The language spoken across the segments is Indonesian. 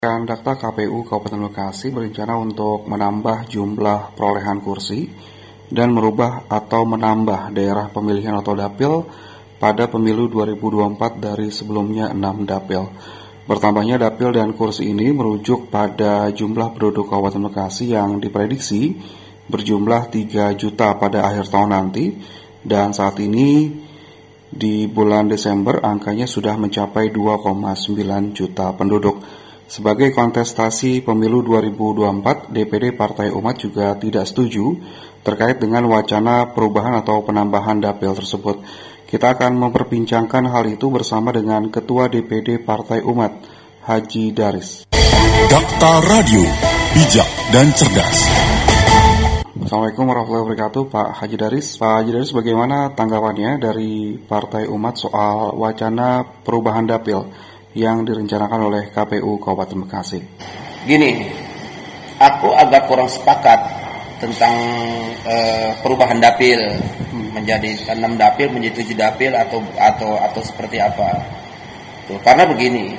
Data KPU Kabupaten Bekasi berencana untuk menambah jumlah perolehan kursi dan merubah atau menambah daerah pemilihan atau dapil pada pemilu 2024 dari sebelumnya 6 dapil. Bertambahnya dapil dan kursi ini merujuk pada jumlah penduduk Kabupaten Bekasi yang diprediksi berjumlah 3 juta pada akhir tahun nanti, dan saat ini di bulan Desember angkanya sudah mencapai 2,9 juta penduduk. Sebagai kontestasi pemilu 2024, DPD Partai Umat juga tidak setuju terkait dengan wacana perubahan atau penambahan dapil tersebut. Kita akan memperbincangkan hal itu bersama dengan Ketua DPD Partai Umat, Haji Daris. Dakta Radio, bijak dan cerdas. Assalamualaikum warahmatullahi wabarakatuh, Pak Haji Daris. Pak Haji Daris, bagaimana tanggapannya dari Partai Umat soal wacana perubahan dapil yang direncanakan oleh KPU Kabupaten Bekasi? Gini, aku agak kurang sepakat tentang perubahan dapil menjadi 6 dapil menjadi 7 dapil atau seperti apa. Tuh, karena begini,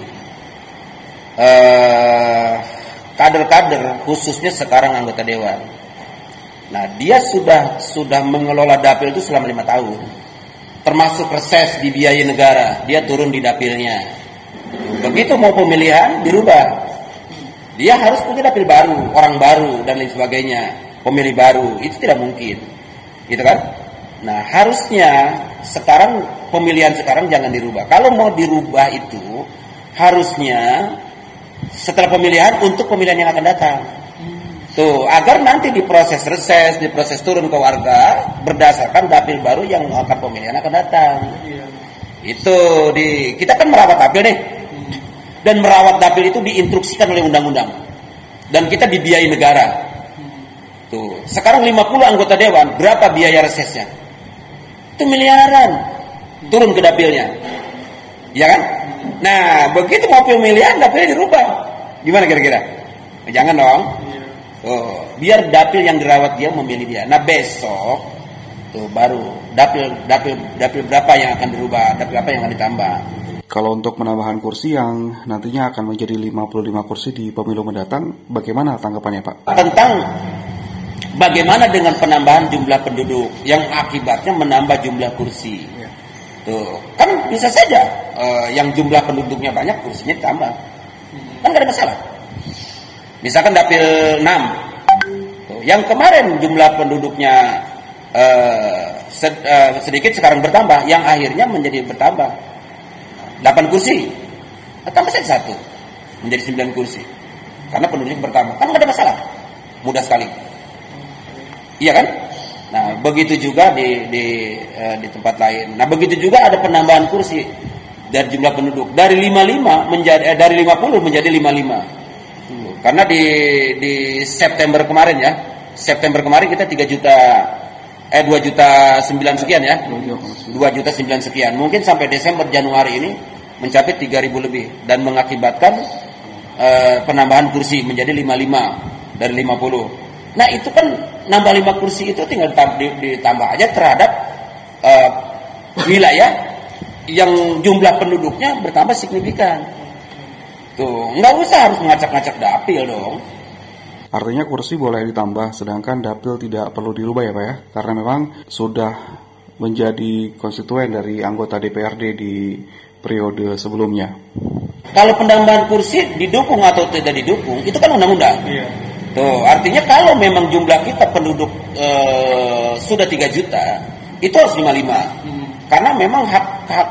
kader-kader khususnya sekarang anggota dewan. Nah, dia sudah mengelola dapil itu selama 5 tahun. Termasuk reses dibiayai negara, dia turun di dapilnya. Begitu mau pemilihan dirubah, dia harus punya dapil baru, orang baru dan lain sebagainya, pemilih baru. Itu tidak mungkin, gitu kan? Nah, harusnya sekarang pemilihan sekarang jangan dirubah. Kalau mau dirubah itu harusnya setelah pemilihan untuk pemilihan yang akan datang. Tuh, agar nanti di proses reses, di proses turun ke warga berdasarkan dapil baru yang akan pemilihan akan datang. Itu kita kan merawat dapil nih. Dan merawat dapil itu diinstruksikan oleh undang-undang. Dan kita dibiayai negara. Tuh, sekarang 50 anggota dewan, berapa biaya resesnya? Itu miliaran. Turun ke dapilnya. Ya kan? Nah, begitu mau pemilihan dapilnya dirubah. Gimana kira-kira? Jangan dong. Tuh, biar dapil yang dirawat dia memilih dia. Nah, besok tuh baru dapil berapa yang akan dirubah, dapil apa yang akan ditambah. Kalau untuk penambahan kursi yang nantinya akan menjadi 55 kursi di pemilu mendatang, bagaimana tanggapannya, Pak? Tentang bagaimana dengan penambahan jumlah penduduk yang akibatnya menambah jumlah kursi. Tuh, kan bisa saja yang jumlah penduduknya banyak, kursinya ditambah. Kan nggak ada masalah. Misalkan dapil 6. Tuh, yang kemarin jumlah penduduknya sedikit sekarang bertambah, yang akhirnya menjadi bertambah 8 kursi, tambah saja 1 menjadi 9 kursi karena penduduk bertambah, kan nggak ada masalah, mudah sekali, iya kan? Nah, begitu juga di tempat lain. Nah, begitu juga ada penambahan kursi dari jumlah penduduk dari 55 menjadi dari 50 menjadi 55. Karena di September kemarin ya, September kemarin kita 2 juta 9 sekian ya, 2 juta 9 sekian. Mungkin sampai Desember Januari ini mencapai 3.000 lebih dan mengakibatkan penambahan kursi menjadi 55 dari 50. Nah, itu kan nambah 5 kursi itu tinggal ditambah aja terhadap wilayah yang jumlah penduduknya bertambah signifikan. Tuh, nggak usah harus ngacak-ngacak dapil dong. Artinya kursi boleh ditambah, sedangkan dapil tidak perlu dirubah ya, Pak ya? Karena memang sudah menjadi konstituen dari anggota DPRD di periode sebelumnya. Kalau penambahan kursi didukung atau tidak didukung, itu kan undang-undang. Iya. Tuh, artinya kalau memang jumlah kita penduduk sudah 3 juta, itu harus 55. Karena memang hak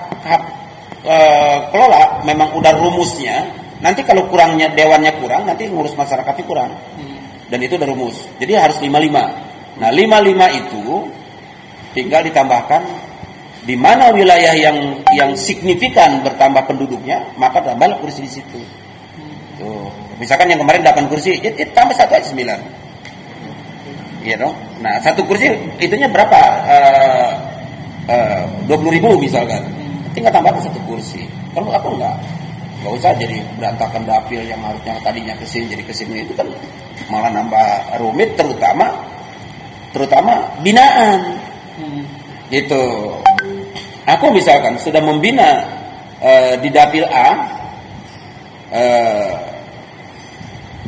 kelola memang udah rumusnya. Nanti kalau kurangnya dewannya kurang, nanti ngurus masyarakatnya kurang. Dan itu udah rumus. Jadi harus 55. Nah, 55 itu tinggal ditambahkan di mana wilayah yang signifikan bertambah penduduknya, maka tambahlah kursi di situ. Tuh. Misalkan yang kemarin 8 kursi, jadi tambah 1 aja 9. Iya dong. Nah, 1 kursi itunya berapa? 20.000 misalkan. Tinggal tambahkan 1 kursi. Kalau aku enggak usah jadi berantakan dapil yang harusnya tadinya kesini jadi kesini, itu kan malah nambah rumit, terutama binaan. Gitu. Aku misalkan sudah membina di dapil A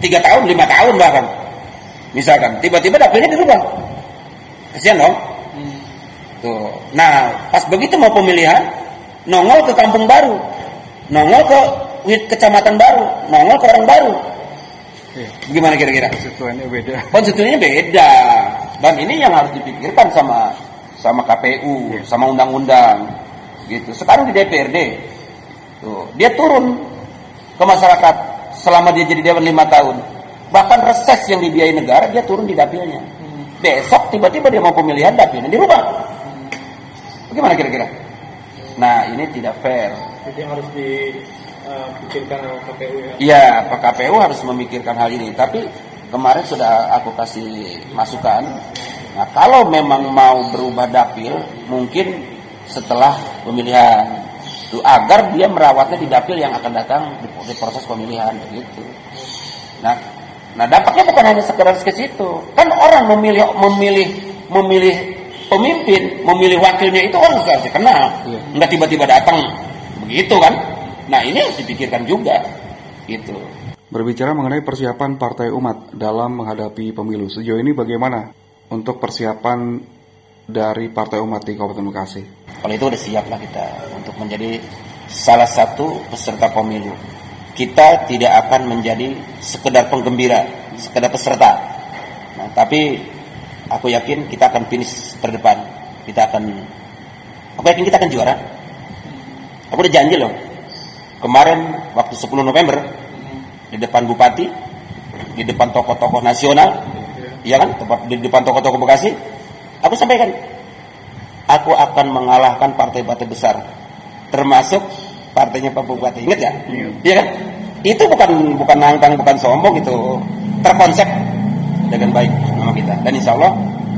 3 tahun, 5 tahun bahkan. Misalkan tiba-tiba dapilnya dirubah. Kasihan dong. Tuh. Nah, pas begitu mau pemilihan, nongol ke kampung baru, nongol ke kecamatan baru, nongol ke orang baru. Gimana kira-kira? Konstituennya beda. Dan ini yang harus dipikirkan sama KPU, sama undang-undang. Gitu. Sekarang di DPRD, tuh, dia turun ke masyarakat selama dia jadi dewan 5 tahun. Bahkan reses yang dibiayai negara, dia turun di dapilnya. Besok tiba-tiba dia mau pemilihan, dapilnya dirubah. Bagaimana kira-kira? Nah, ini tidak fair. Jadi harus dipikirkan KPU ya? Iya, Pak KPU harus memikirkan hal ini. Tapi kemarin sudah aku kasih masukan. Nah, kalau memang mau berubah dapil, mungkin setelah pemilihan. Itu agar dia merawatnya di dapil yang akan datang di proses pemilihan begitu. Nah, dampaknya bukan hanya sekedar ke situ. Kan orang memilih pemimpin, memilih wakilnya itu orang harus dikenal. Enggak tiba-tiba datang begitu kan. Nah, ini harus dipikirkan juga gitu. Berbicara mengenai persiapan Partai Umat dalam menghadapi pemilu, sejauh ini bagaimana untuk persiapan dari Partai Umat di Kabupaten Bekasi? Kalau itu udah siap lah kita untuk menjadi salah satu peserta pemilu. Kita tidak akan menjadi sekedar penggembira, sekedar peserta. Nah, tapi aku yakin kita akan finish terdepan. Aku yakin kita akan juara. Aku udah janji loh. Kemarin waktu 10 November di depan Bupati, di depan tokoh-tokoh nasional, iya kan? Di depan tokoh-tokoh Bekasi, aku sampaikan, aku akan mengalahkan partai-partai besar, termasuk partainya Pak Bupati. Ingat ya? Iya kan? Itu bukan nantang, bukan sombong, itu terkonsep dengan baik nama kita. Dan insya Allah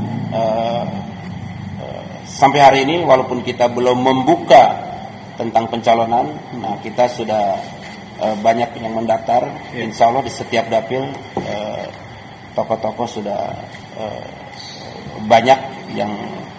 sampai hari ini walaupun kita belum membuka tentang pencalonan, nah kita sudah banyak yang mendaftar. Insya Allah di setiap dapil tokoh-tokoh sudah banyak yang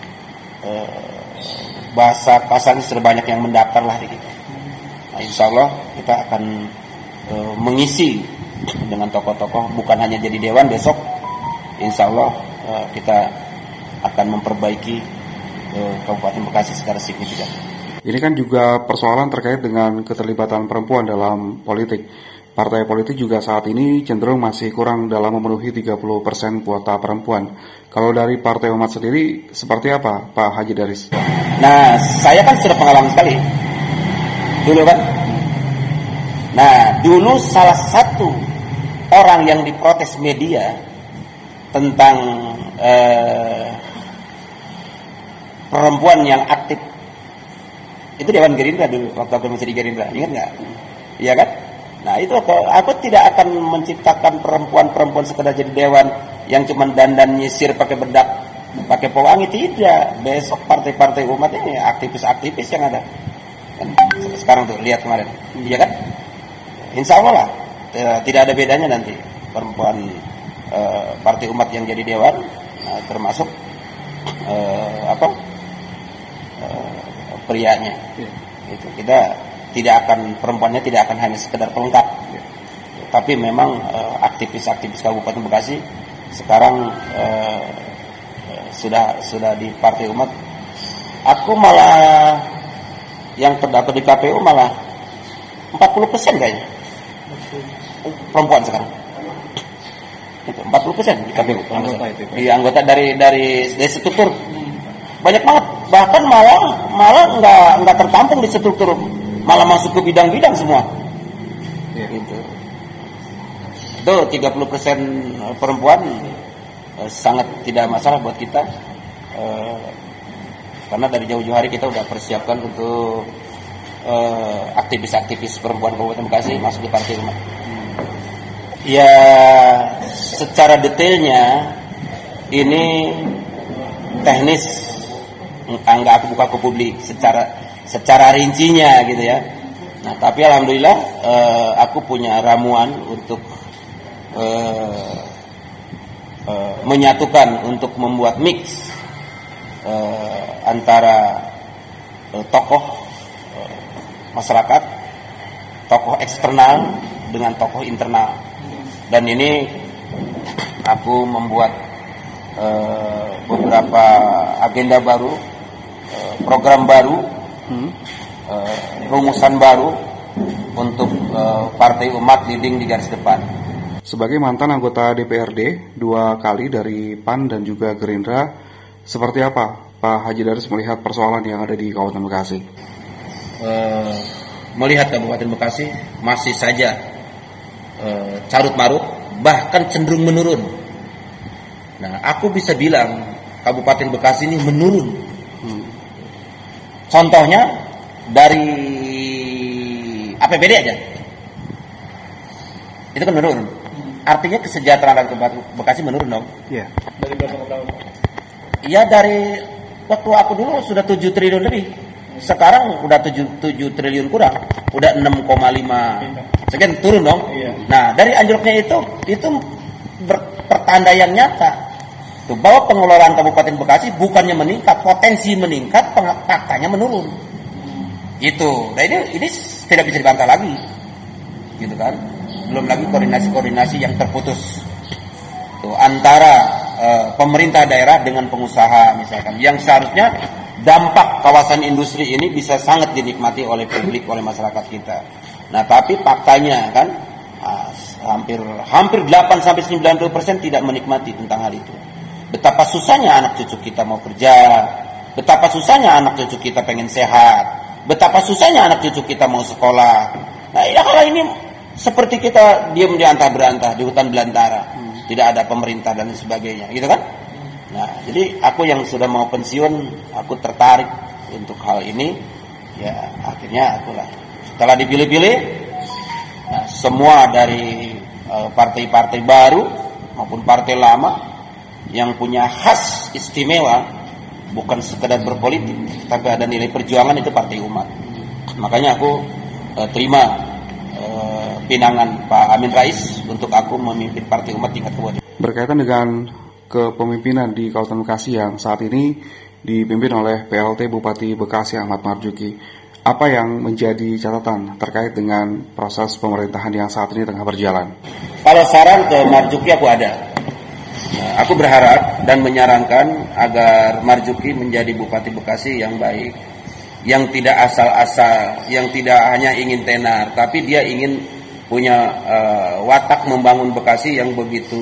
bahasa kasarnya sudah banyak yang mendaftar lah di kita. Nah, insya Allah kita akan mengisi dengan tokoh-tokoh, bukan hanya jadi dewan besok. Insya Allah kita akan memperbaiki Kabupaten Bekasi secara signifikan. Ini kan juga persoalan terkait dengan keterlibatan perempuan dalam politik. Partai politik juga saat ini cenderung masih kurang dalam memenuhi 30% kuota perempuan. Kalau dari Partai Umat sendiri, seperti apa Pak Haji Daris? Nah, saya kan sudah pengalaman sekali. Dulu kan. Nah, dulu salah satu orang yang diprotes media tentang perempuan yang aktif itu Dewan Gerindra dulu, waktu aku masih di Gerindra, ingat nggak? Iya kan? Nah itu aku tidak akan menciptakan perempuan-perempuan sekedar jadi dewan yang cuma dandan nyisir pakai bedak, pakai pewangi, tidak. Besok partai-partai umat ini aktivis-aktivis yang ada. Dan sekarang tuh lihat kemarin, iya kan? Insya Allah lah, tidak ada bedanya nanti perempuan partai umat yang jadi dewan, termasuk prianya. Itu kita tidak akan, perempuannya tidak akan hanya sekedar pelengkap, tapi memang aktivis-aktivis Kabupaten Bekasi sekarang sudah di Partai Umat. Aku malah yang terdaftar di KPU malah 40% kayaknya perempuan sekarang. Itu 40% di KPU. Di anggota dari struktur banyak banget. Bahkan malah nggak tertampung di struktur, malah masuk ke bidang-bidang semua. Gitu. Itu 30% perempuan sangat tidak masalah buat kita, karena dari jauh-jauh hari kita udah persiapkan untuk aktivis-aktivis perempuan Kabupaten Bekasi masuk di Partai Umat. Ya, secara detailnya ini teknis, nggak aku buka ke publik secara rincinya gitu ya. Nah, tapi alhamdulillah aku punya ramuan untuk menyatukan, untuk membuat mix antara tokoh masyarakat, tokoh eksternal dengan tokoh internal. Dan ini aku membuat beberapa agenda baru, program baru, rumusan baru untuk Partai Umat leading di garis depan. Sebagai mantan anggota DPRD 2 kali dari PAN dan juga Gerindra, seperti apa Pak Haji Daris melihat persoalan yang ada di Kabupaten Bekasi? Melihat Kabupaten Bekasi masih saja carut-marut, bahkan cenderung menurun. Nah, aku bisa bilang Kabupaten Bekasi ini menurun. Contohnya dari APBD aja, itu kan menurun. Artinya kesejahteraan Kabupaten Bekasi menurun dong. Iya. Dari berapa ke berapa? Iya, dari waktu aku dulu sudah 7 triliun lebih. Sekarang udah 7 triliun kurang. Udah 6,5 sekian, turun dong. Iya. Nah, dari anjloknya itu pertanda yang nyata. Tuh, bahwa pengelolaan Kabupaten Bekasi bukannya meningkat, potensi meningkat, faktanya menurun. Itu. Nah, ini tidak bisa dibantah lagi. Gitu kan? Belum lagi koordinasi yang terputus. Tuh, antara pemerintah daerah dengan pengusaha misalkan, yang seharusnya dampak kawasan industri ini bisa sangat dinikmati oleh publik, oleh masyarakat kita. Nah, tapi faktanya kan hampir 8-90% tidak menikmati tentang hal itu. Betapa susahnya anak cucu kita mau kerja, betapa susahnya anak cucu kita pengen sehat, betapa susahnya anak cucu kita mau sekolah. Nah, hal ini seperti kita diam di antah berantah di hutan belantara, tidak ada pemerintah dan sebagainya, gitu kan? Nah, jadi aku yang sudah mau pensiun, aku tertarik untuk hal ini. Ya, akhirnya aku lah. Setelah dipilih-pilih, nah, semua dari partai-partai baru maupun partai lama yang punya khas istimewa, bukan sekedar berpolitik, tapi ada nilai perjuangan, itu Partai Umat. Makanya aku terima pinangan Pak Amin Rais untuk aku memimpin Partai Umat tingkat kabupaten. Berkaitan dengan kepemimpinan di Kabupaten Bekasi yang saat ini dipimpin oleh PLT Bupati Bekasi Ahmad Marzuki, apa yang menjadi catatan terkait dengan proses pemerintahan yang saat ini tengah berjalan? Kalau saran ke Marzuki aku ada. Nah, aku berharap dan menyarankan agar Marzuki menjadi Bupati Bekasi yang baik, yang tidak asal-asal, yang tidak hanya ingin tenar, tapi dia ingin punya watak membangun Bekasi yang begitu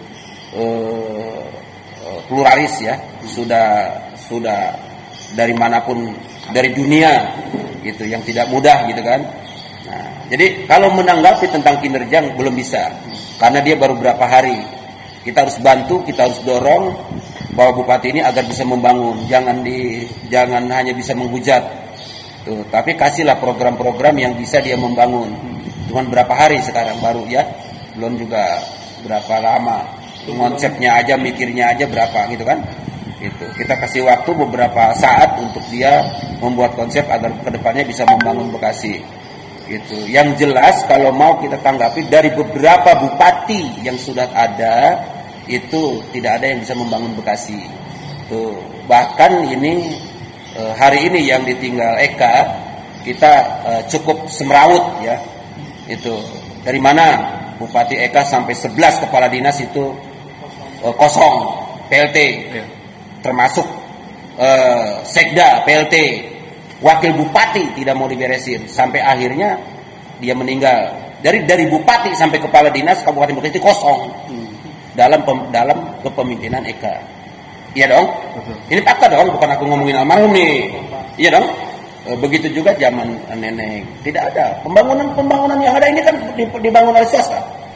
pluralis ya, sudah dari manapun, dari dunia gitu, yang tidak mudah gitu kan. Nah, jadi kalau menanggapi tentang kinerja belum bisa, karena dia baru berapa hari. Kita harus bantu, kita harus dorong bahwa bupati ini agar bisa membangun, jangan hanya bisa menghujat. Tuh, tapi kasihlah program-program yang bisa dia membangun. Cuman berapa hari sekarang baru ya, belum juga berapa lama. Konsepnya aja, mikirnya aja berapa gitu kan. Itu kita kasih waktu beberapa saat untuk dia membuat konsep agar kedepannya bisa membangun Bekasi. Itu yang jelas. Kalau mau kita tanggapi dari beberapa bupati yang sudah ada, itu tidak ada yang bisa membangun Bekasi. Tuh, bahkan ini hari ini yang ditinggal Eka, kita cukup semrawut ya. Itu dari mana Bupati Eka sampai 11 kepala dinas itu kosong, PLT ya. Termasuk Sekda PLT, wakil bupati tidak mau diberesin, sampai akhirnya dia meninggal. Dari bupati sampai kepala dinas Kabupaten Bekasi itu kosong dalam kepemimpinan Eka. Iya dong? Betul. Ini fakta dong, bukan aku ngomongin almarhum nih. Iya dong? Begitu juga zaman nenek, tidak ada pembangunan yang ada ini kan dibangun oleh swasta.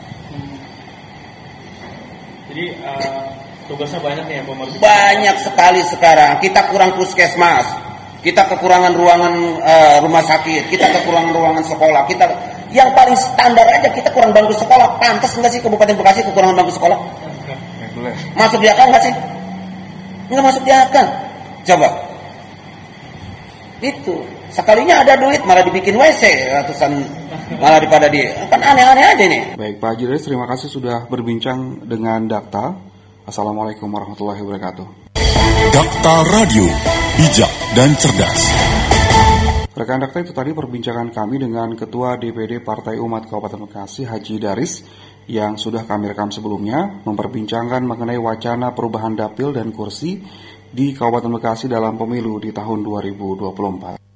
Jadi tugasnya banyak nih ya pemerintah. Banyak sekali sekarang. Kita kurang puskesmas, kita kekurangan ruangan rumah sakit, kita kekurangan ruangan sekolah. Kita yang paling standar aja kita kurang bangku sekolah. Pantas nggak sih Kabupaten Bekasi kekurangan bangku sekolah? Masuk di akal nggak sih? Nggak masuk di akal. Coba. Itu sekalinya ada duit malah dibikin WC ratusan, malah daripada dia kan aneh-aneh aja nih. Baik Pak Haji Daris, terima kasih sudah berbincang dengan Dakta. Assalamualaikum warahmatullahi wabarakatuh. Dakta Radio, bijak dan cerdas. Rekan Dakta, itu tadi perbincangan kami dengan Ketua DPD Partai Umat Kabupaten Bekasi Haji Daris yang sudah kami rekam sebelumnya, memperbincangkan mengenai wacana perubahan dapil dan kursi di Kabupaten Bekasi dalam pemilu di tahun 2024.